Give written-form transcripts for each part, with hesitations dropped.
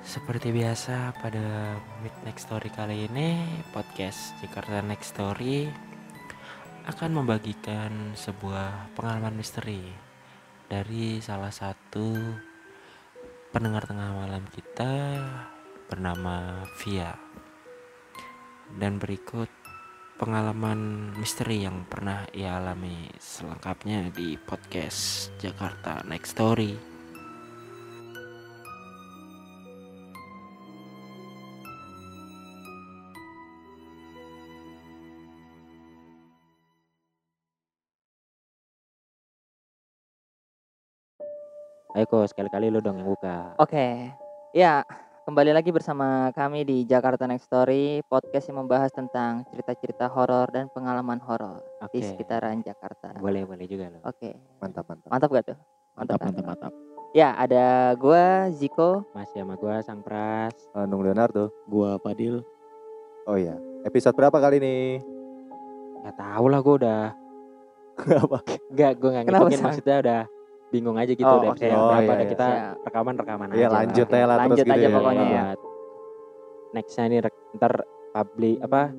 Seperti biasa pada Midnight Story kali ini, podcast Jakarta Next Story akan membagikan sebuah pengalaman misteri dari salah satu pendengar tengah malam kita bernama Via. Dan berikut pengalaman misteri yang pernah ia alami selengkapnya di podcast Jakarta Next Story. Ayo Ko, sekali-kali lu dong yang buka. Oke, ya kembali lagi bersama kami di Jakarta Next Story, podcast yang membahas tentang cerita-cerita horor dan pengalaman horor di Oke. sekitaran Jakarta. Boleh juga lo. Oke, Mantap. mantap gak tuh? Mantap. Ya, ada gua Ziko. Masih sama gua Sang Pras. Nung Leonardo. Gua Fadil. Oh iya, episode berapa kali nih? Gak tau lah, gua udah Apa? Gua gak Kenapa, ngitungin, Sang? maksudnya udah bingung aja gitu. Oh, udah oke. episode Oh, berapa, iya, udah iya. kita Siap. rekaman Iya, aja lanjut lah. ya lah Lanjut terus gitu aja ya. pokoknya ya. Buat nextnya nih ntar publik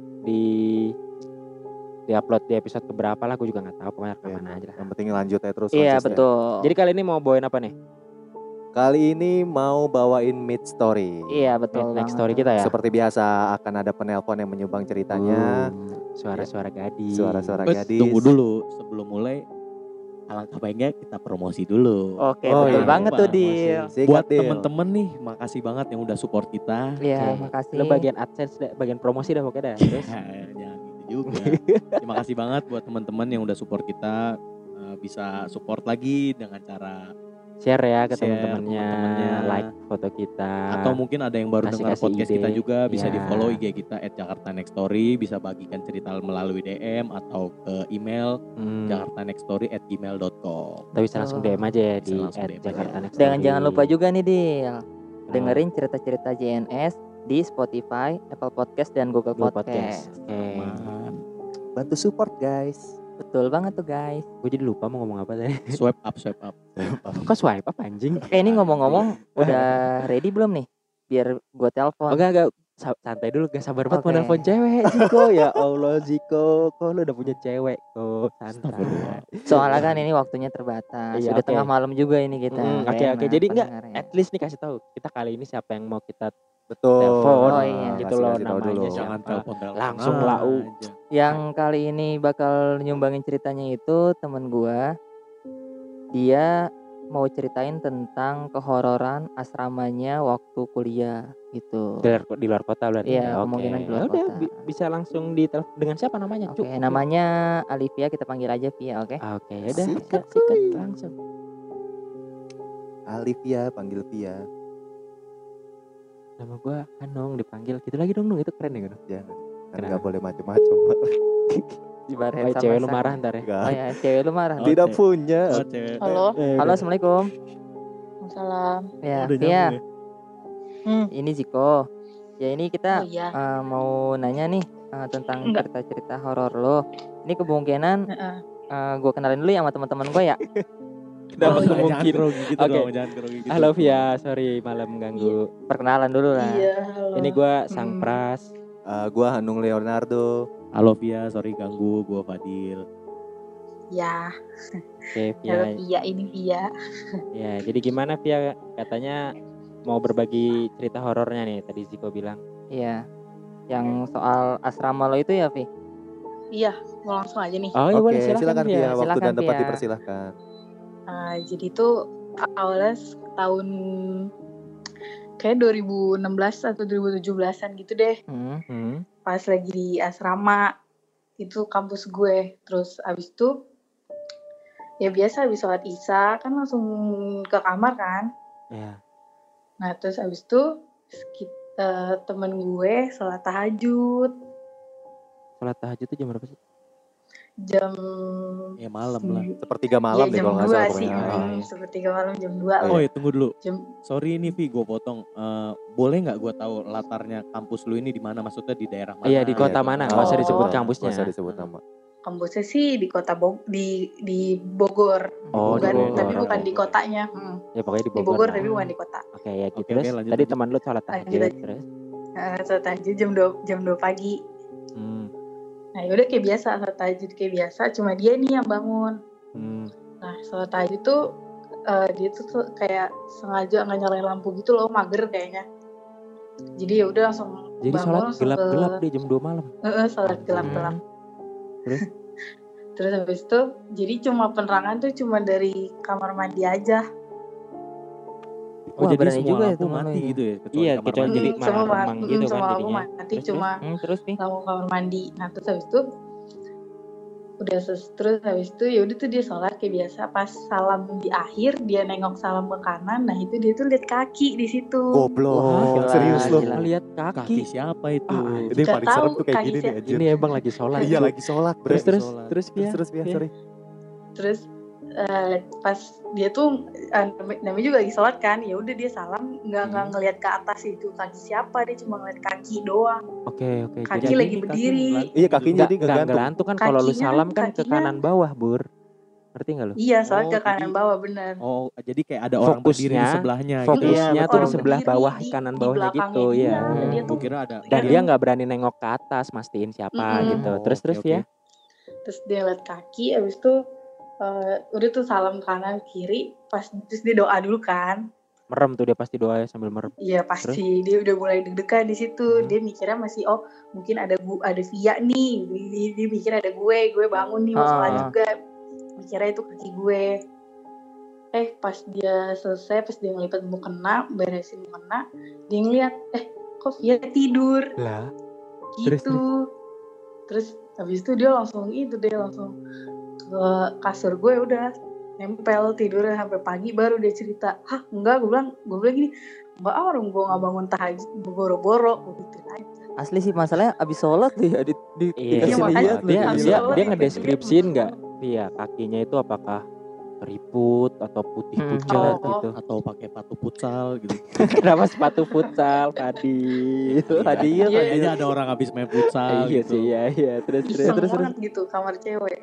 di upload di episode keberapa lah, gue juga nggak tahu, pokoknya rekaman Iya, aja lah. yang penting lanjut ya terus. Iya, konsisten. betul. Jadi kali ini mau bawain apa nih? Kali ini mau bawain mid story. Iya, betul. Next banget. story kita ya. Seperti biasa akan ada penelpon yang menyumbang ceritanya, Suara-suara gadis. suara-suara gadis. Tunggu dulu, sebelum mulai alangkah baiknya kita promosi dulu. Oke, Oh, betul iya. banget tuh, Promosi. Dil. Sikat, Buat Dil. temen-temen nih, makasih banget yang udah support kita. Iya, Oke. makasih. Lo bagian AdSense, bagian promosi dah pokoknya dah. Terus Jangan gitu juga. Terima kasih banget buat teman-teman yang udah support kita. Bisa support lagi dengan cara share ya ke Share teman-temannya, teman-temannya. like foto kita. atau mungkin ada yang baru dengar kasih podcast ide. kita juga bisa Ya. di follow IG kita @jakartanextstory, bisa bagikan cerita melalui DM atau ke email jakartanextstory@gmail.com. Kita bisa langsung DM aja ya di Bisa langsung DM aja. Jakarta Next Dan Story. jangan lupa juga nih, Dil. Dengerin cerita-cerita JNS di Spotify, Apple Podcast, dan Google Google Podcast. Podcast. Oke. Bantu support guys. Betul banget tuh, guys. Gue jadi lupa mau ngomong apa tadi. Swipe up. Kok swipe apa anjing? Ini ngomong-ngomong udah ready belum nih? Biar gue telepon. Oh enggak. Santai dulu, gak sabar banget mau Oke. nelfon cewek Ziko. Ya Allah Ziko, kok lu udah punya cewek kok. Santai. Astagfirullah. Soalnya kan ini waktunya terbatas. Iya, Udah oke. tengah malam juga ini kita. Oke. Enak Jadi enggak, pendengarnya. at least nih kasih tahu kita kali ini siapa yang mau kita Betul. telepon. Oh, iya. Gitu Kasih loh tahu namanya dulu. siapa. Jangan telepon Langsung aja. lau. Yang kali ini bakal nyumbangin ceritanya itu temen gua. Dia mau ceritain tentang kehororan asramanya waktu kuliah gitu. Di luar kota berarti. Iya, ya? Oke. kemungkinan di luar Ya udah, kota. bisa langsung ditelepon dengan siapa namanya? Oke, Cuk? namanya Alivia, kita panggil aja Via, oke? Oke, ya udah. Sikat, Sikat kuy. langsung. Alivia panggil Via. Nama gue Anong, dipanggil gitu lagi dong, itu keren ya kan? Jangan. Kan Kenapa? nggak boleh macam-macam. Dimarahin Oh, sama cewek lu Sang. marah ntar ya. Nggak. Oh ya, cewek lu marah. Oh, Tidak cewek. punya. Oh, cewek. Halo, Halo, assalamualaikum. Salam. Ya, Udah Via, nyambung ya? ini Ziko. Ya ini kita Oh iya. mau nanya nih tentang Enggak. cerita-cerita horor lo. Ini kemungkinan Heeh. gue kenalin dulu ya sama teman-teman gue ya. Kenapa Oh, iya. Jangan mungkin? grogi gitu Oke. dong, jangan grogi gitu. Halo Via, sorry malam ganggu. Perkenalan dulu lah. Iya, halo. Ini gue Sang Hmm. Pras. Gua Hanung Leonardo. Halo Via, sorry ganggu, gua Fadil. Ya, Oke halo Via. Via, ini Via. Ya, jadi gimana Via? Katanya mau berbagi cerita horornya nih, tadi Ziko bilang. Iya. Yang soal asrama lo itu ya, Vi? Iya, mau langsung aja nih. Oh iya boleh, Oke, silakan Via. Waktu Silakan, dan tempat Via. dipersilahkan. Jadi tuh awalnya tahun kayak 2016 atau 2017-an gitu deh. Hmm. Pas lagi di asrama, itu kampus gue. Terus abis itu, ya biasa abis sholat isya kan langsung ke kamar kan. Ya. Nah terus abis itu temen gue sholat tahajud Sholat tahajud itu jam berapa sih? jam Ya malam lah. Sepertiga malam deh jam kalau nggak 2 salah sih, pokoknya. Oh, iya. sepertiga malam jam 2 lah. Oh ya tunggu dulu. Jam Sorry nih Vi, gue potong. Boleh nggak gue tahu latarnya kampus lu ini di mana? Maksudnya di daerah mana? Iya, di kota Iya, mana? kota. Nggak usah Oh. disebut Nggak kampusnya. usah disebut nama. kampusnya sih di kota di Bogor. Oh, di Bukan, tapi Bogor. bukan di kotanya. Ya pokoknya di Di Bogor. Bogor lah. tapi bukan di kota. Oke ya gitu. Oke, Terus lanjut, tadi lanjut. teman lu sholat Lanjut, tahajud lanjut. terus. Sholat tahajud jam 2 pagi. Hmm. Nah yaudah kayak biasa, sholat tahajud kayak biasa, cuma dia nih yang bangun. Hmm. Nah sholat tahajud tuh dia tuh kayak sengaja nggak nyalain lampu gitu loh, mager kayaknya. Jadi ya udah langsung Jadi bangun, sholat langsung gelap-gelap ke di jam 2 malam. sholat gelap-gelap. Terus? Terus habis itu jadi cuma penerangan tuh cuma dari kamar mandi aja. Oh, Wah, jadi berani semua juga ya lampu temen lu mati ini. gitu ya? Iya, kamar kecuali mandi. jadi Semua remang gitu kan semua lampu jadinya. mati, Terus, cuma Terus nih. lampu kamar mandi. Nah terus habis itu terus habis itu ya udah tuh dia sholat kayak biasa. Pas salam di akhir dia nengok salam ke kanan. Nah itu dia tuh lihat kaki di situ. Goblok. Wah, Serius gila, lu. gila. Lihat Kaki kaki. siapa itu? Ah, Ini Nggak paling serem tahu tuh kayak kaki gini nih siapa. anjir. Ini emang lagi sholat. Iya Bro. lagi sholat Terus bre. terus Via. Terus Via. sorry. Terus pas dia tuh namanya juga lagi sholat kan, ya udah dia salam nggak ngelihat ke atas itu kaki siapa, dia cuma ngeliat kaki doang. Oke. Kaki Jadi lagi berdiri. Iya kakinya nggak jadi nggak gantung. ngelantung kan kalau lu Kakinya salam kan ke kakinya- kanan bawah, Bur. Ngerti nggak lu? Iya, sholat Oh, ke kanan jadi- bawah bener. Oh, jadi kayak ada orang berdiri di Fokusnya- sebelahnya gitu. Fokusnya Iya, tuh di betul. sebelah Berdiri bawah di- kanan di bawahnya belakangnya gitu dia. ya. Nah, dia Gua tuh kira ada. Dan Iya. dia nggak berani nengok ke atas mastiin siapa Mm-mm. gitu. Oh, Terus oke, ya. Terus dia liat kaki, abis itu udah tuh salam kanan kiri, terus dia doa dulu kan. Merem tuh dia pasti doa sambil merem. Iya pasti dia udah mulai deg-degan di situ. Hmm. Dia mikirnya masih mungkin ada Via nih. Dia mikir ada gue bangun nih mau sholat juga. Mikirnya itu kaki gue. Pas dia selesai, pas dia ngelipat mukena, beresin mukena, dia ngeliat kok Via tidur Lah. gitu. Terus habis itu dia langsung ke kasur gue, udah nempel tidurnya sampai pagi, baru dia cerita. Hah enggak, gue bilang gini, mbak orang gue nggak bangun tahajud boro-boro, gue gituin aja. Asli sih masalahnya abis sholat tuh ya Iya, dikasih makanya lihat dia abis dia sholat dia dikasih ngedeskripsiin lihat. nggak? Iya, kakinya itu apakah keriput atau putih Hmm, pucat jelas. gitu. Atau pakai sepatu futsal gitu. Kenapa sepatu futsal, Fadil? Fadil, Iya. Kayaknya ada orang habis main futsal Iya gitu. sih, iya. Terus Iseng banget gitu kamar cewek.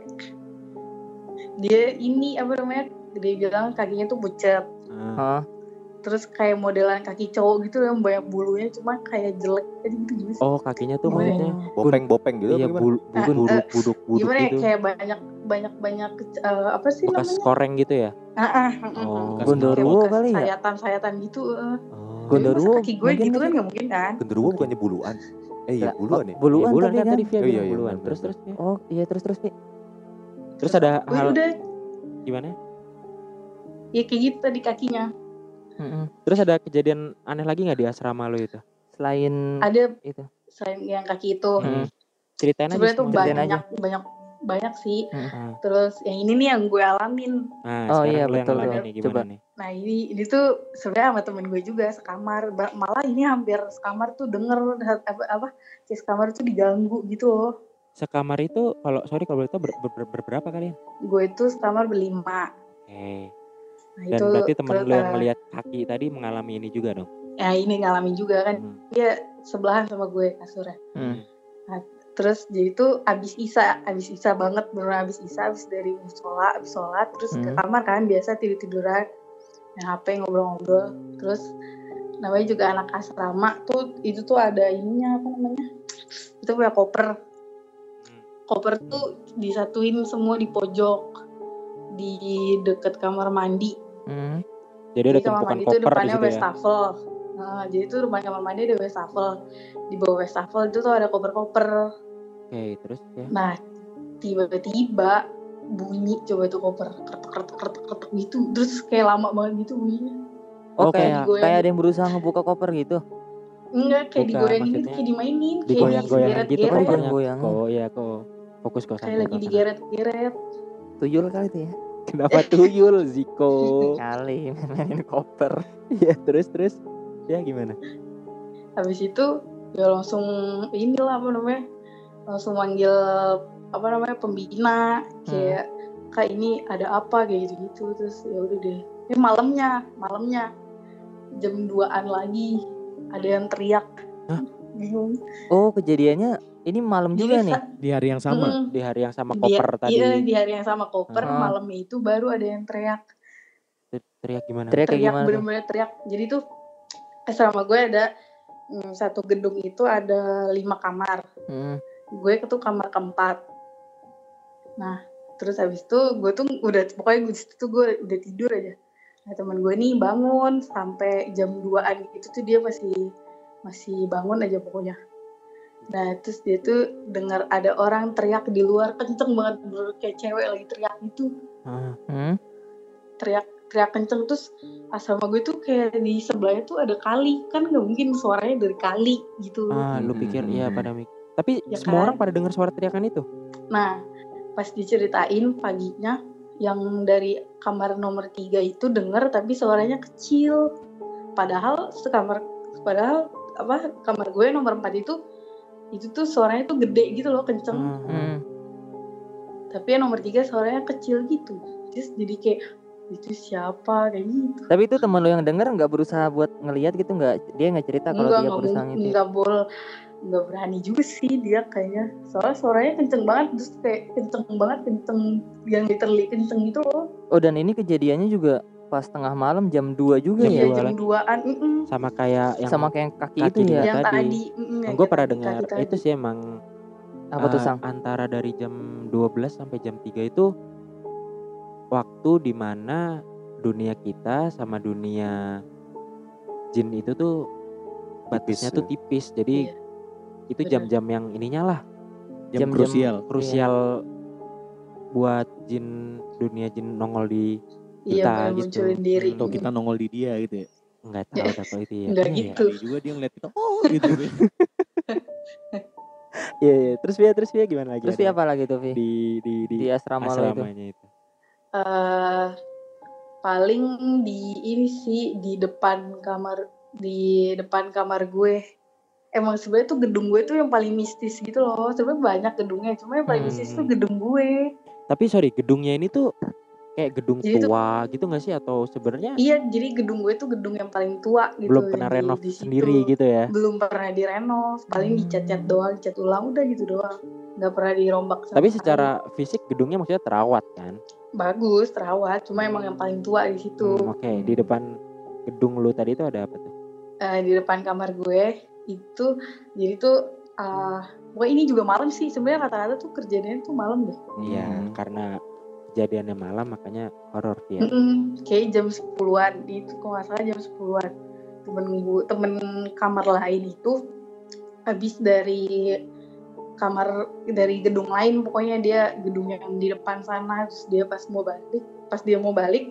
Dia ini apa namanya, dia bilang kakinya tuh pucat. Ah, Hah? Terus kayak modelan kaki cowok gitu yang banyak bulunya, cuma kayak jelek aja gitu gimana sih? oh kakinya tuh Gimana ya? maksudnya Bopeng-bopeng gitu iya apa gimana? buduk Gimana ya, gitu. kayak banyak apa sih Bekas namanya? koreng gitu ya? Kayak Oh. Gondoruo bekas kali ya? sayatan-sayatan gitu. Oh. Gondoruo Masa kaki gue mungkin gitu kan sih. nggak mungkin kan? Genderuwo bukannya buluan? Iya buluan ya. Iya, Buluan bulan tadi kan kan. tadi Via Oh, bilang iya, buluan. benar, Terus benar. ya. Oh iya terus Pi. Terus ada Gue hal udah gimana? ya kayak gitu tadi kakinya. Mm-mm. Terus ada kejadian aneh lagi nggak di asrama lu itu? Selain Ada itu. selain yang kaki itu. Hmm. Ceritain aja Sebenarnya tuh semua. Ceritain aja. banyak sih. Ah. Terus yang ini nih yang gue alamin. Nah, Oh, sekarang iya, lu yang betul, ngalamin betul. nih gimana Coba. nih? Nah ini tuh sebenarnya sama temen gue juga sekamar. Malah ini hampir sekamar tuh denger apa sekamar tuh diganggu gitu loh. Sekamar itu kalau boleh tahu berberapa kalian? Gue itu sekamar berlima. Oke. Nah, Dan itu berarti temen terus, lu yang melihat kaki tadi mengalami ini juga dong? ya ini ngalamin juga kan. Hmm. Dia sebelahan sama gue kasurnya. Hmm. Terus jadi itu abis isa banget, bener abis isa, abis dari sholat terus ke kamar kan, biasa tiduran, main HP, ngobrol-ngobrol. Terus namanya juga anak asrama tuh, itu tuh ada ininya apa namanya, itu punya koper tuh disatuin semua di pojok, di deket kamar mandi. Hmm. Jadi ada Jadi kamar tumpukan mandi itu koper di depannya situ ya? wastafel. Nah, jadi itu depan kamar mandi ada wastafel. Di bawah wastafel itu tuh ada koper-koper. Oke, terus ya. Nah, tiba-tiba bunyi coba tuh koper kretek gitu, terus kayak lama banget gitu bunyinya. Oh, Oh, kayak kayak- kayak ada yang berusaha ngebuka koper gitu. Enggak, kayak Bukan, digoyangin gitu, maksudnya kayak dimainin, kayak Digoyang-goyangin gitu kan digeret-geret, banyak. Goyang. Kok ya kok fokus kok kayak lagi digeret-geret. Tuyul kali itu ya. Kenapa tuyul Ziko? Kali mainin koper. Iya, terus. Ya gimana? Habis itu ya langsung inilah apa namanya, langsung manggil apa namanya pembina, kayak kak ini ada apa kayak gitu-gitu. Terus ya udah deh. Malamnya jam 2-an lagi ada yang teriak. Hah? bingung. Oh, kejadiannya ini malam juga Jadi nih. Di hari yang sama. Mm-mm. Di hari yang sama Dia- koper tadi. Iya, di hari yang sama koper, Ah. malamnya itu baru ada yang teriak. Teriak gimana? Teriak kayak Teriak gimana tuh? bener-bener teriak. Jadi tuh asrama gue ada satu gedung itu ada 5 kamar. Hmm. Gue tuh kamar keempat. Nah, terus habis itu gue tuh udah pokoknya gue disitu tuh gue udah tidur aja. Nah, teman gue nih bangun sampai jam 2-an gitu tuh dia masih bangun aja pokoknya. Nah, terus dia tuh dengar ada orang teriak di luar kenceng banget, bener kayak cewek lagi teriak gitu. Hmm. Teriak kenceng, terus asrama gue tuh kayak di sebelahnya tuh ada kali, kan nggak mungkin suaranya dari kali gitu. Lu pikir iya pada tapi Ya semua kan? orang pada dengar suara teriakan itu. Nah, pas diceritain paginya yang dari kamar nomor 3 itu denger tapi suaranya kecil. Padahal kamar gue nomor 4 itu tuh suaranya tuh gede gitu loh, kenceng. Hmm. Tapi yang nomor 3 suaranya kecil gitu. Terus jadi kayak itu siapa kayak gitu. Tapi itu teman lo yang denger nggak berusaha buat ngelihat gitu, nggak? Dia nggak cerita kalau dia berusaha ngitir. Nggak berani juga sih dia kayaknya. Soalnya suaranya kenceng banget, terus kayak kenceng yang literally kenceng gitu loh. Oh, dan ini kejadiannya juga pas tengah malam jam 2 juga Jam ya? Iya, 2 jam lagi. 2-an. Sama kayak yang Sama kayak kaki kaki itu dia ya? Yang tadi. tadi. Yang Gue pernah kaki dengar tadi. itu sih emang Apa tuh, Sang? antara dari jam 12 sampai jam 3 itu waktu dimana dunia kita sama dunia jin itu tuh batasnya Tipis tuh tipis. Jadi Iya, itu benar. jam-jam yang ininya lah, Jam jam-jam krusial. buat dunia jin nongol di Iya, kita bener gitu. munculin diri. Atau kita nongol di dia gitu ya. Nggak tahu dah kalau itu ya. Nggak Iya, gitu. Kali juga dia ngeliat kita, oh gitu. Iya. Terus Via gimana lagi? Terus ada apa lagi tuh, Vi? di asrama lo itu? asramanya itu. Paling di ini sih di depan kamar gue. Emang sebenarnya tuh gedung gue tuh yang paling mistis gitu loh. Sebenarnya banyak gedungnya, cuma yang paling mistis tuh gedung gue. Tapi sorry, gedungnya ini tuh kayak gedung Jadi tuh- tua gitu nggak sih, atau sebenarnya Iya, jadi gedung gue tuh gedung yang paling tua gitu. belum yang pernah renov di situ. sendiri gitu ya? Belum pernah direnov, paling dicat-cat doang, cat ulang udah gitu doang. Nggak pernah dirombak sama Tapi sekali. secara fisik gedungnya maksudnya terawat kan? Bagus, terawat, cuma emang yang paling tua di situ. Oke. Di depan gedung lu tadi itu ada apa tuh? Di depan kamar gue itu, jadi tuh pokoknya ini juga malam sih. Sebenarnya rata-rata tuh kerjaannya tuh malam deh. Iya, karena kejadiannya malam makanya horor ya. Kayak jam 10-an itu, kalau nggak salah jam 10-an. Temen kamar lain itu habis dari gedung lain, pokoknya dia gedung yang di depan sana. Terus dia pas dia mau balik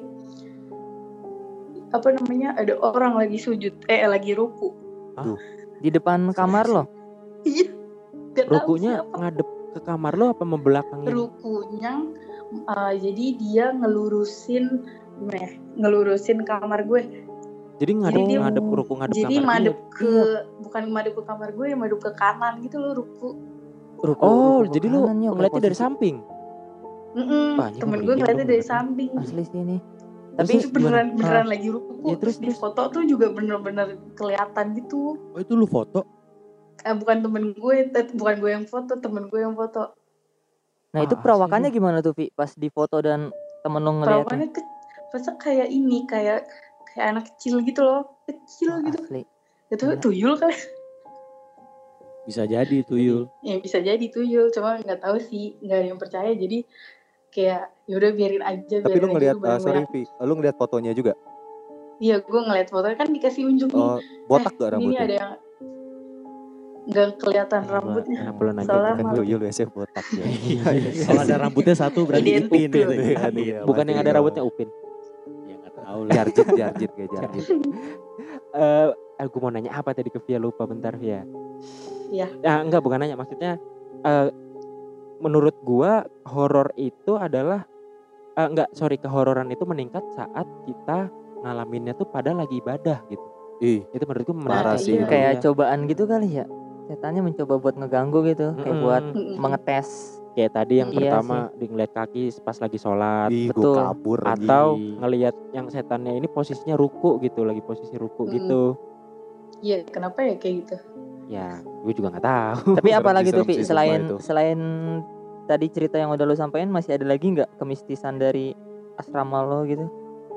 ada orang lagi lagi ruku. Di depan kamar lo? Iya, nggak tahu Rukunya siapa. ngadep ke kamar lu apa membelakangin? Rukunya jadi dia ngelurusin kamar gue. Jadi ngadep ruku ngadep Jadi kamar madep dia. bukan madep ke kamar gue, madep ke kanan gitu loh ruku. Ruku Jadi lu kanan, Nyok, ngeliatnya dari posisi. samping. Wah, ini Temen ngeri gue juga ngeliatnya dari ngeliatnya. samping. Asli sih ini. Tapi Terus itu beneran lagi ruku. Ya, terus di foto tuh juga bener-bener kelihatan gitu. Oh itu lu foto? Bukan temen gue, bukan gue yang foto, temen gue yang foto. Nah, itu Asli perawakannya sih. gimana tuh, Vi? Pas di foto dan temen lo ngeliatnya? Perawakannya masa kayak ini, kayak anak kecil gitu loh, kecil gitu. Asli. Itu Gila. tuyul kali. Bisa jadi tuyul. Ya bisa jadi tuyul, cuma nggak tahu sih, nggak ada yang percaya. Jadi kayak yaudah biarin aja. Tapi lu ngelihat bareng-bareng. sorry Vi, lu ngelihat fotonya juga? Iya, gue ngeliat fotonya kan dikasih unjuk nih. Oh, botak gak Ini rambutnya? ada yang nggak kelihatan Kenapa- rambutnya. kenapa lu nanya Soalnya gitu? Kan malu. tuyul biasanya botak ya. Kalau ada rambutnya satu berarti Identik Ipin tuh. gitu. Iya, Bukan yang ada iya. rambutnya Upin. Ya nggak tahu lah. Jarjit kayak jarjit. Aku mau nanya apa tadi ke Via, lupa bentar Via. Iya. Enggak, bukan nanya, maksudnya menurut gua horor itu adalah kehororan itu meningkat saat kita ngalaminnya tuh pada lagi ibadah gitu. Ih, Itu menurut gua parah meningkat. sih. Iya. Kayak cobaan gitu kali ya. Setannya mencoba buat ngeganggu gitu, kayak buat mengetes. Kayak tadi yang Iya pertama di ngeliat kaki pas lagi sholat, ih gue betul. kabur lagi. atau ngelihat yang setannya ini posisinya ruku gitu, lagi posisi ruku Mm-mm. gitu. Iya, kenapa ya kayak gitu? Ya, gue juga nggak tahu. Tapi Serem apalagi sih, tuh serem Vi, sih sumpah selain itu. selain tadi cerita yang udah lu sampein, masih ada lagi nggak kemistisan dari asrama lo gitu?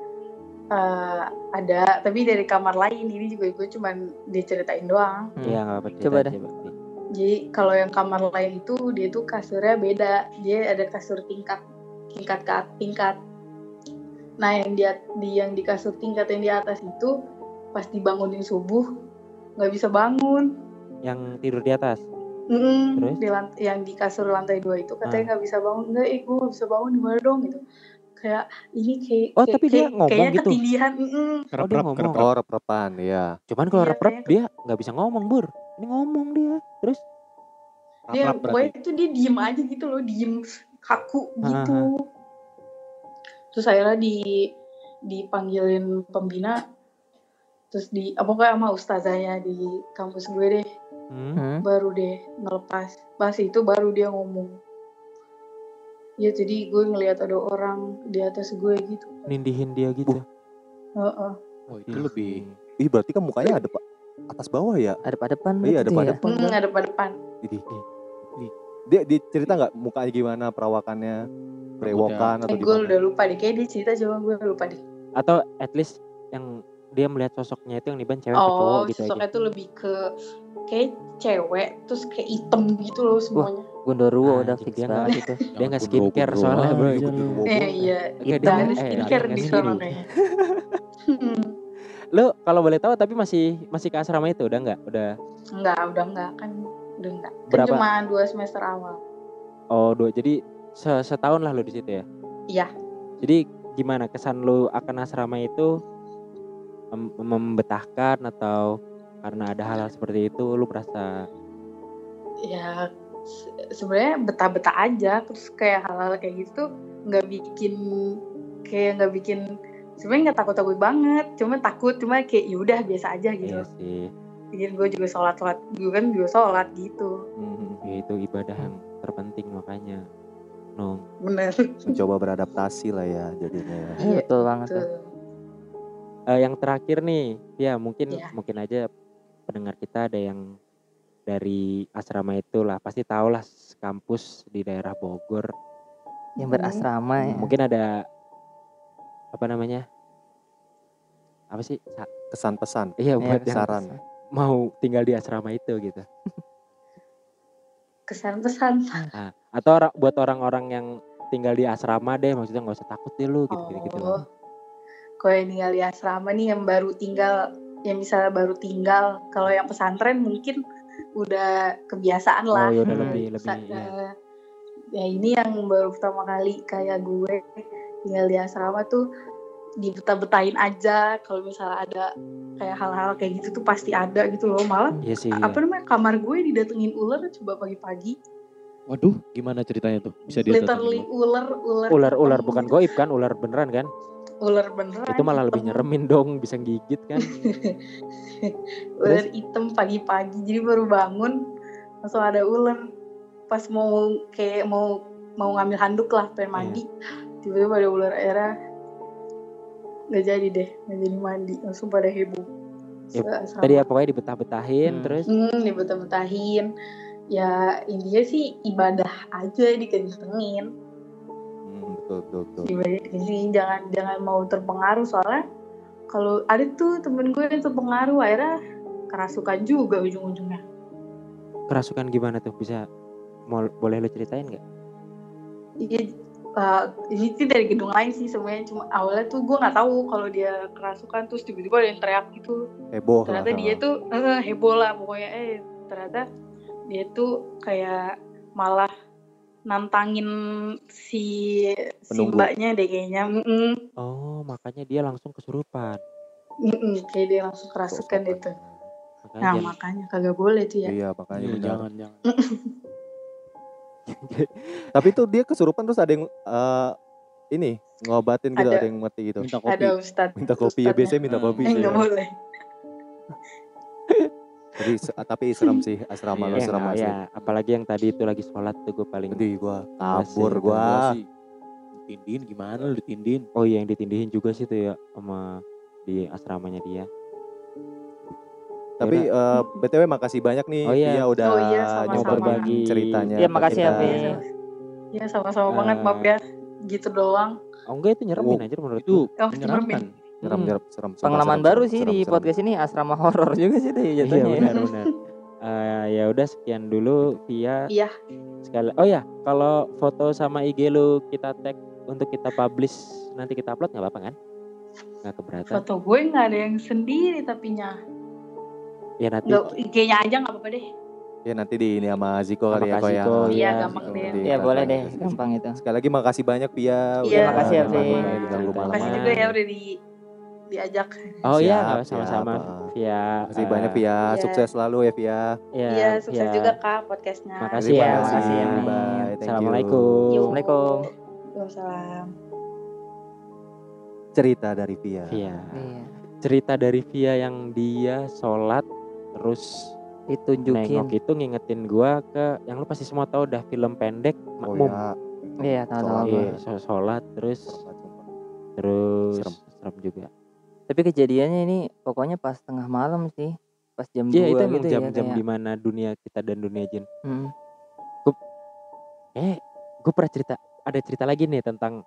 Ada, tapi dari kamar lain. Ini juga gue cuman diceritain doang. Iya, nggak apa-apa. Coba ceritain, deh. coba. Jadi kalau yang kamar lain itu dia tuh kasurnya beda. Dia ada kasur tingkat ke tingkat. Nah, yang di kasur tingkat yang di atas itu pas dibangunin subuh nggak bisa bangun. Yang tidur di atas. Terus? Yang di kasur lantai 2 itu katanya nggak bisa bangun. Enggak, gue nggak bisa bangun, gimana dong gitu. Kayak ini Tapi dia ngomong kayaknya gitu. ketindihan. Oh, dia ngomong. Oh, rep-repan ya. Cuman kalau Iya, rep-rep kayaknya dia nggak bisa ngomong, Bur. Ini ngomong dia. Terus? dia Rap-rap pokoknya berarti. itu dia diem aja gitu loh, diem kaku gitu. Ha. Terus akhirnya dipanggilin pembina, terus pokoknya sama ustazahnya di kampus gue deh, baru deh ngelepas. Pas itu baru dia ngomong. Ya jadi gue ngelihat ada orang di atas gue gitu. Nindihin dia gitu. Oh, itu lebih. Ih, berarti kan mukanya ada atas bawah ya? Depan Iya, gitu ya. depan. Ada depan. Dia cerita nggak mukanya gimana, perawakannya, brewokan atau Gue gimana? udah lupa deh, kayak dia cerita coba gue lupa deh. Atau at least yang dia melihat sosoknya itu yang diban cewek atau cowok gitu aja. Sosoknya tuh lebih ke kayak cewek, terus kayak hitam gitu loh semuanya. Gondoruo udah Anjing, fix dia banget itu. Dia nggak skincare soalnya, bro. Iya, Kayak kita dia ada skincare di sendiri. sana kayaknya. Lo kalau boleh tahu tapi masih ke asrama itu udah nggak? Udah Enggak kan enggak. Berapa? Kan cuma 2 semester awal. Oh, 2. Jadi setahun lah lo di situ ya? Iya. Jadi gimana kesan lo akan asrama itu, membetahkan atau karena ada hal-hal seperti itu lo merasa? Ya sebenarnya betah-betah aja, terus kayak hal-hal kayak gitu nggak bikin sebenarnya nggak takut banget, cuma kayak yaudah biasa aja gitu. Iya sih. Bikin gue juga sholat gue kan juga sholat gitu. Ya, itu ibadah yang terpenting makanya. Bener. Mencoba beradaptasi lah ya jadinya ya. Iya, betul banget tuh. Yang terakhir nih, ya mungkin aja pendengar kita ada yang dari asrama itu lah, pasti tahu lah kampus di daerah Bogor yang berasrama ya. Mungkin ada apa sih kesan pesan? Iya, buat yang saran mau tinggal di asrama itu gitu. Kesan pesan. Nah, atau buat orang-orang yang tinggal di asrama deh, maksudnya nggak usah takut deh lu gitu. Kalau yang tinggal di asrama nih yang misalnya baru tinggal, kalau yang pesantren mungkin udah kebiasaan lah. Oh, ya udah lebih ya. Ya ini yang baru pertama kali kayak gue tinggal di asrama tuh dibetah-betahin aja. Kalau misalnya ada kayak hal-hal kayak gitu tuh pasti ada gitu loh. Malah kamar gue didatengin ular coba pagi-pagi. Waduh, gimana ceritanya tuh? Bisa didatengin literally ular bukan goib kan? Ular beneran kan? Ular beneran. Itu malah lebih nyeremin dong, bisa gigit kan? Ular hitam pagi-pagi, jadi baru bangun langsung ada ular. Pas mau ngambil handuk lah pengen mandi, tiba-tiba ada ular. Akhirnya nggak jadi mandi, langsung pada heboh. Tadi pokoknya dibetah-betahin terus? Dibetah-betahin. Ya intinya sih ibadah aja dikencengin. Betul. Jangan mau terpengaruh, soalnya kalau ada tuh temen gue yang terpengaruh akhirnya kerasukan juga ujung-ujungnya. Kerasukan gimana tuh? Boleh lo ceritain nggak? Iya, ini sih dari gedung lain sih sebenarnya, cuma awalnya tuh gue nggak tahu kalau dia kerasukan, terus tiba-tiba ada yang teriak gitu. Heboh ternyata lah. Dia tuh heboh lah pokoknya. Ternyata dia tuh kayak malah nantangin si mbaknya deh kayaknya. Oh, makanya dia langsung kesurupan. Kayak dia langsung kerasukan itu. Makanya kagak boleh tuh ya. Iya, makanya jangan. Tapi tuh dia kesurupan terus ada yang ngobatin gitu, ada yang mati gitu. Minta kopi. Ada ustadz. Minta kopi ya, biasanya minta kopi. Enggak boleh. Tapi serem sih asrama lo, serem asli. Ya, apalagi yang tadi itu lagi sholat tuh gue paling. Aduh, gue kabur gue. Ditindihin gimana lu ditindihin? Oh iya, yang ditindihin juga sih tuh ya sama di asramanya dia. Tapi BTW makasih banyak nih Oh iya. Via udah Oh iya, Mau sama-sama. berbagi ceritanya. Iya, ke makasih ya, kita. Vi. Ya sama-sama banget, maaf ya. Gitu doang. Oh enggak, itu nyeremin Oh, aja menurut Itu Oh, menyeramkan. Serem, Hmm. serem. Sumpah, Pengalaman serem, baru serem, sih serem, di serem. podcast ini, asrama horor juga sih deh Iya jatuhnya ya. benar. Ya udah sekian dulu Via. Iya. Sekali. Oh ya, kalau foto sama IG lu kita tag untuk kita publish nanti kita upload nggak apa-apa kan? Nggak keberatan? Foto gue nggak ada yang sendiri tapinya. Ya nanti. Nggak, IG-nya aja nggak apa-apa deh. Ya nanti di ini sama Ziko Sama kali ya Kak kok ya. Ziko, Iya, iya. gampang deh. Iya boleh deh, Gampang. gampang itu. Sekali lagi makasih banyak Via. Iya, makasih ya, Vi. Diganggu malam. Makasih juga ya udah diajak. Oh iya, Siap, nggak sama-sama siap. Via. Makasih banyak Via. Iya. Sukses selalu ya Via. Iya, sukses Via. juga Kak podcastnya. Makasih Iya, ya. makasih ya, Mi. Bye. Thank you. Assalamualaikum. Yo. Assalamualaikum. Waalaikumsalam. Cerita dari Via. Via. Iya. Cerita dari Via yang dia sholat terus Ditunjukin. nengok itu ngingetin gua ke yang lu pasti semua tahu dah film pendek Oh Makmum. ya. Iya, tahu-tahu Sholat. gue. Iya, sholat terus Serem. serem juga. Tapi kejadiannya ini pokoknya pas tengah malam sih. Pas jam 2 Iya itu emang gitu jam-jam ya. dimana dunia kita dan dunia jin. Hmm. Gue pernah ada cerita lagi nih tentang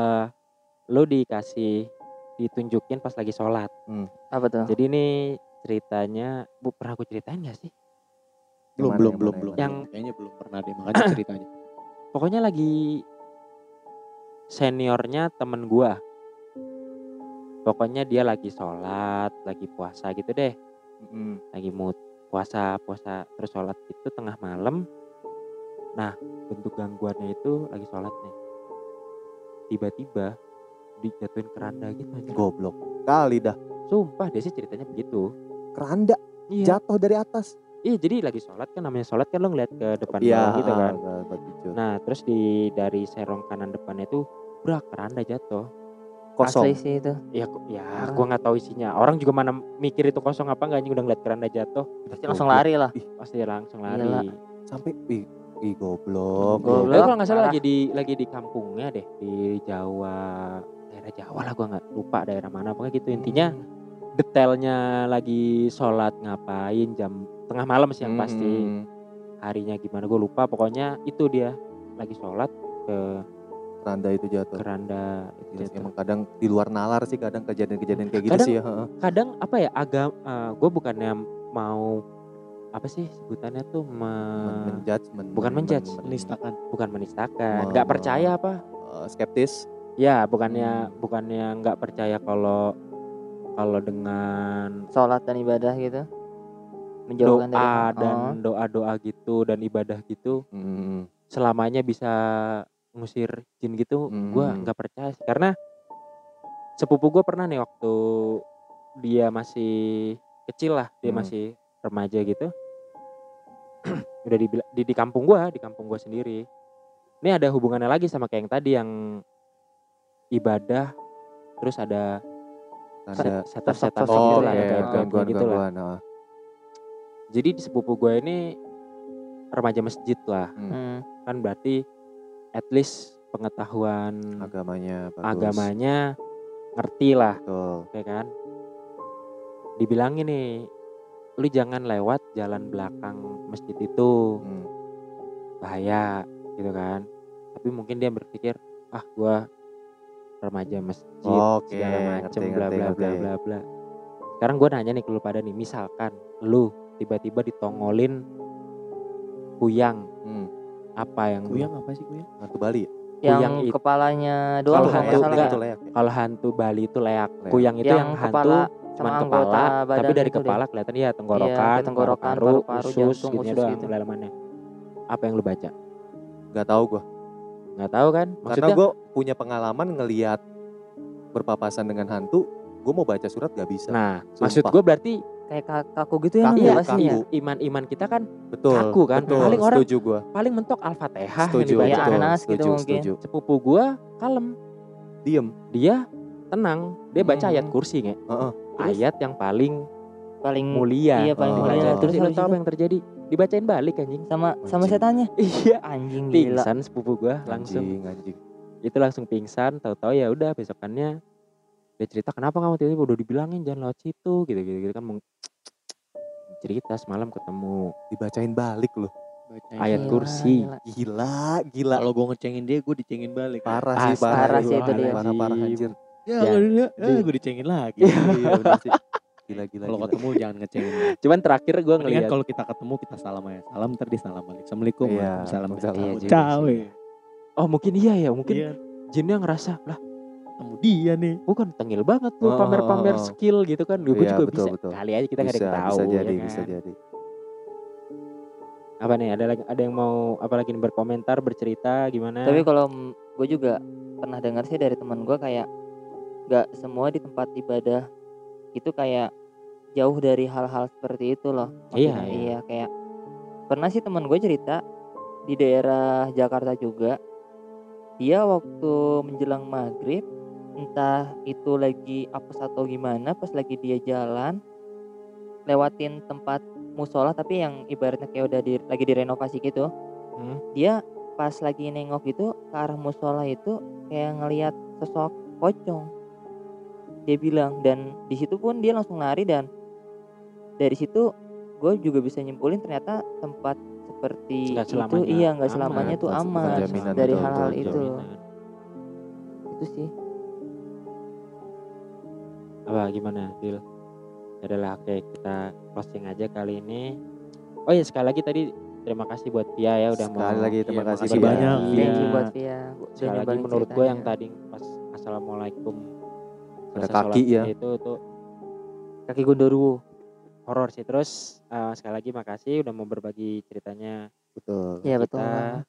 lo ditunjukin pas lagi sholat. Apa tuh? Jadi ini ceritanya, pernah aku ceritain gak sih? Yang Belum. mana? Yang- Kayaknya belum pernah deh, makanya ceritanya. Pokoknya lagi seniornya temen gua. Pokoknya dia lagi sholat, lagi puasa gitu deh. Lagi mood puasa terus sholat itu tengah malam. Nah bentuk gangguannya itu lagi sholat nih, tiba-tiba dijatuhin keranda gitu aja. Goblok. Kali dah. Sumpah dia sih ceritanya begitu. Keranda Iya. jatuh dari atas. Iya jadi lagi sholat kan, namanya sholat kan lo ngeliat ke depan Iya, bawah gitu kan. Nah, Nah terus dari serong kanan depannya itu brak keranda jatuh. kosong. Asli sih itu. Ya gua nggak tahu isinya. Orang juga mana mikir itu kosong apa nggak, anjing udah ngeliat keranda jatuh Pasti langsung lari lah. pasti langsung lari. Gila. Sampai ih goblok. Goblok. Tapi kalau nggak salah Parah. lagi di kampungnya deh, di Jawa, daerah Jawa lah, gua nggak lupa daerah mana, pokoknya gitu intinya. Detailnya lagi sholat ngapain jam tengah malam sih yang pasti, harinya gimana gue lupa, pokoknya itu dia lagi sholat ke Keranda itu jatuh. keranda itu Terus jatuh. emang kadang di luar nalar sih kadang kejadian-kejadian kayak gitu Kadang- sih ya. heeh. Kadang apa ya gue bukannya mau apa sih sebutannya tuh Menjudge, bukan menjudge. Menistakan. bukan menistakan, nggak percaya apa skeptis. ya, bukannya nggak percaya kalau dengan Sholat dan ibadah gitu. Menjauhkan dari doa hal- dan doa gitu dan ibadah gitu selamanya bisa ngusir jin gitu, gue nggak percaya sih. Karena sepupu gue pernah nih waktu dia masih kecil lah, dia masih remaja gitu, udah di kampung gue sendiri. Ini ada hubungannya lagi sama kayak yang tadi yang ibadah, terus ada Ada setan-setan sosok gitu gitu lah, ya, ada gaib-gaib gitu lah. gangguan. Jadi di sepupu gue ini remaja masjid lah, Hmm. kan berarti at least pengetahuan Agamanya bagus. agamanya ngerti lah, Betul. ya kan. Dibilangin nih, lu jangan lewat jalan belakang masjid itu, bahaya gitu kan. Tapi mungkin dia berpikir, gua remaja masjid, Oke, segala macem, ngerti, bla ngerti, bla bla ngerti. bla bla. Sekarang gue nanya nih ke lu pada nih, misalkan lu tiba-tiba ditongolin kuyang, apa yang Kuyang apa sih kuyang? Hantu Bali ya? Kuyang Yang itu- kepalanya Kalau doang kalau hantu nggak salah enggak. ya. leak ya? Kalau hantu Bali itu leak, Leak. kuyang itu yang hantu kepala cuman sama kepala, anggota tapi badan dari itu deh. kepala kelihatan ya tenggorokan, kayak tenggorokan, paru-paru, paru-paru, usus, jantung, gitu usus doang gitu. dalamannya. Apa yang lu baca? Gak tahu gue. Nggak tahu kan? Karena Maksudnya gue punya pengalaman ngelihat berpapasan dengan hantu, gue mau baca surat gak bisa. nah, Sumpah. maksud gue berarti Kayak kaku gitu ya Kaku, namanya iya, pasti ya. iman kita kan betul. kaku kan? Betul. Paling orang setuju gue. paling mentok Al-Fatihah yang Setuju. dibaca. Iya, Betul. Anas gitu Setuju. mungkin. Setuju. Sepupu gue kalem, Diem. dia tenang, dia baca Hmm. ayat kursi nggak? Heeh. Ayat yang paling Paling mulia. iya paling Oh. mulia. Terus Terus lu habis tahu apa itu yang terjadi? Dibacain balik anjing. sama Anjing. setannya. Iya, Anjing gila. pingsan sepupu gue langsung. Anjing. Itu langsung pingsan, tahu-tahu ya udah besokannya dia cerita, kenapa kamu tiba-tiba udah dibilangin jangan lewat situ gitu kan. cerita semalam ketemu Dibacain balik loh. ayat kursi. Gila. Kalau gue ngecengin dia, gue dicengin balik. Parah sih, Parah sih itu dia. Parah anjir. Gue dicengin lagi. Iya bener sih. Gila. Kalau ketemu jangan ngecengin. Cuman terakhir gue Mendingan ngeliat kalau kita ketemu kita salam aja. Salam ntar dia salam balik. Assalamualaikum. Iya, Waalaikumsalam. waalaikumsalam. Iya, Ciao. oh mungkin iya mungkin Iya, jinnya ngerasa lah ketemu dia nih. bukan tengil banget tuh Oh, pamer-pamer oh. skill gitu kan. Gue Iya, juga betul, bisa. betul. Kali aja kita nggak ada yang tahu. Bisa ya kan? jadi. Apa nih? Ada yang mau apa lagi nih, berkomentar, bercerita gimana? Tapi kalau gue juga pernah dengar sih dari teman gue kayak gak semua di tempat ibadah itu kayak jauh dari hal-hal seperti itu loh. Maksudnya, iya kayak pernah sih teman gue cerita di daerah Jakarta juga, dia waktu menjelang maghrib entah itu lagi apes atau gimana, pas lagi dia jalan lewatin tempat musola tapi yang ibaratnya kayak udah lagi direnovasi gitu. Dia pas lagi nengok gitu ke arah musola itu kayak ngelihat sosok pocong. Dia bilang, dan di situ pun dia langsung lari, dan dari situ gue juga bisa nyimpulin ternyata tempat seperti Nggak itu selamanya nggak selamanya tuh Bukan aman jaminan, dari betul, hal-hal betul, itu. Jaminan. Itu sih. Apa gimana, Dil? Adalah oke, kita closing aja kali ini. Oh ya, sekali lagi tadi terima kasih buat Pia ya udah mau. Sekali lagi terima Iya, kasih makasih banyak, Pia. Thank you Iya. buat Via. Sekali lagi menurut gue yang tadi pas assalamualaikum Ada selesai kaki sholat ya. itu tuh kaki Gondoruo. horor sih. Terus sekali lagi makasih udah mau berbagi ceritanya. Betul. Iya betul. Kita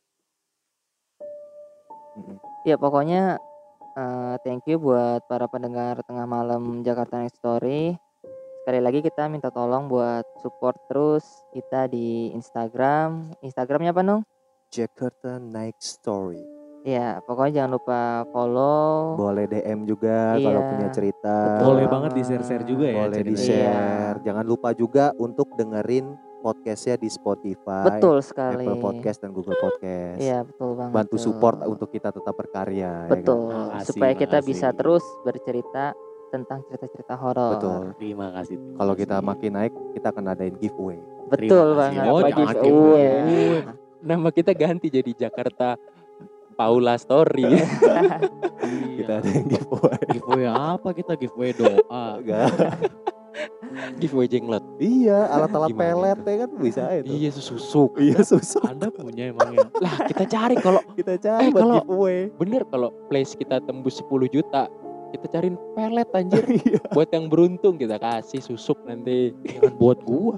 Ya pokoknya thank you buat para pendengar Tengah Malam Jakarta Next Story. Sekali lagi kita minta tolong buat support terus kita di Instagram. Instagramnya apa Nung? Jakarta Night Story. Ya pokoknya jangan lupa follow. Boleh DM juga Iya, kalau punya cerita. betul. Boleh banget di-share-share juga ya. Boleh ceritanya. di-share. Jangan lupa juga untuk dengerin podcastnya di Spotify, Betul sekali. Apple Podcast dan Google Podcast. Iya betul banget. Bantu tuh. support untuk kita tetap berkarya. Betul. Ya Makasih, Supaya kita makasih. bisa terus bercerita tentang cerita-cerita kan? horor. Betul. Terima kasih. Kalau kita makin naik, kita akan adain giveaway. Betul Terima kasih. banget. Oh, Apa jangan giveaway? giveaway. Nama kita ganti jadi Jakarta Paula Story. Kita adain giveaway. Giveaway apa kita? Giveaway doa. Enggak. Giveaway jenglot. Iya, alat-alat Gimana pelet itu? ya kan bisa itu. Iya, susuk. Iya, susah. Anda punya emangnya? Lah, kita cari kalau Kita cari buat kalau- giveaway. bener kalau place kita tembus 10 juta, kita cariin pelet anjir. Iya. Buat yang beruntung kita kasih susuk nanti. Jangan buat gua.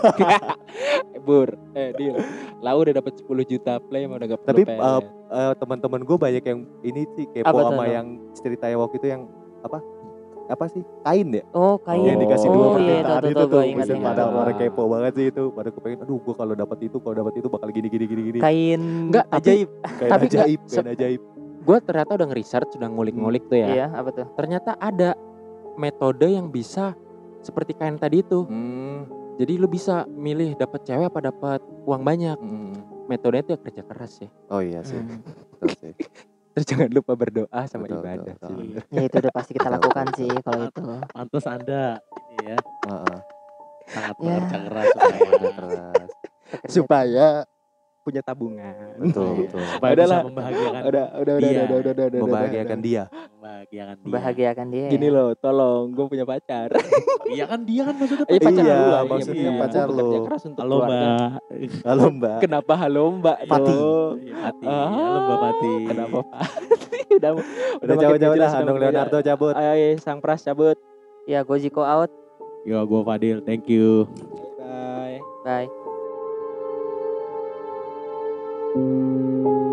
Bur, deal. Lau udah dapat 10 juta play emang udah gak perlu Tapi pelet. teman-teman gue banyak yang ini sih kepo Apa tuh, sama Nom? yang ceritanya waktu itu yang apa sih, kain ya? Oh kain. Yang dikasih dua Oh iya permintaan tahu itu tahu tuh, gue ingat buset, ingat. pada kepo banget sih itu, pada kepengen, aduh gue kalau dapat itu bakal gini. Kain. Enggak, tapi- ajaib. Kain Tapi nggak ajaib, kain ajaib. Gue ternyata udah nge-research, udah ngulik-ngulik tuh ya. Iya apa tuh? Ternyata ada metode yang bisa seperti kain tadi itu. Jadi lu bisa milih dapat cewek apa dapat uang banyak. Metodenya itu ya kerja keras ya. Oh iya sih, Hmm. betul sih. Terus jangan lupa berdoa sama Betul, ibadah betul, sih. Ya itu udah pasti kita Betul, lakukan betul. sih kalau itu. Pantes Anda ini ya Heeh, sangat Ya. bekerja keras supaya keras. Supaya punya tabungan. Betul. supaya Udah bisa lah. membahagiakan Udah. Membahagiakan dia. membahagiakan dia. Bahagiakan dia. Gini loh, tolong gue punya pacar. Iya kan dia kan maksudnya. Iya pacar Iya, lu lah, maksudnya iya. pacar Gua bekerja lu. keras untuk Halo keluarga. Mbak. Halo Mbak. Kenapa halo Mbak? Pati. Yo? Iya, Pati. Halo Mbak Pati. Kenapa Pati? udah Udah makin jauh-jauh jelas, dah, Andong makin Leonardo jelas. cabut. Ayo, Sang Pras cabut. Ya Gojiko out. Yo, gue Fadil. Thank you. Bye. Bye.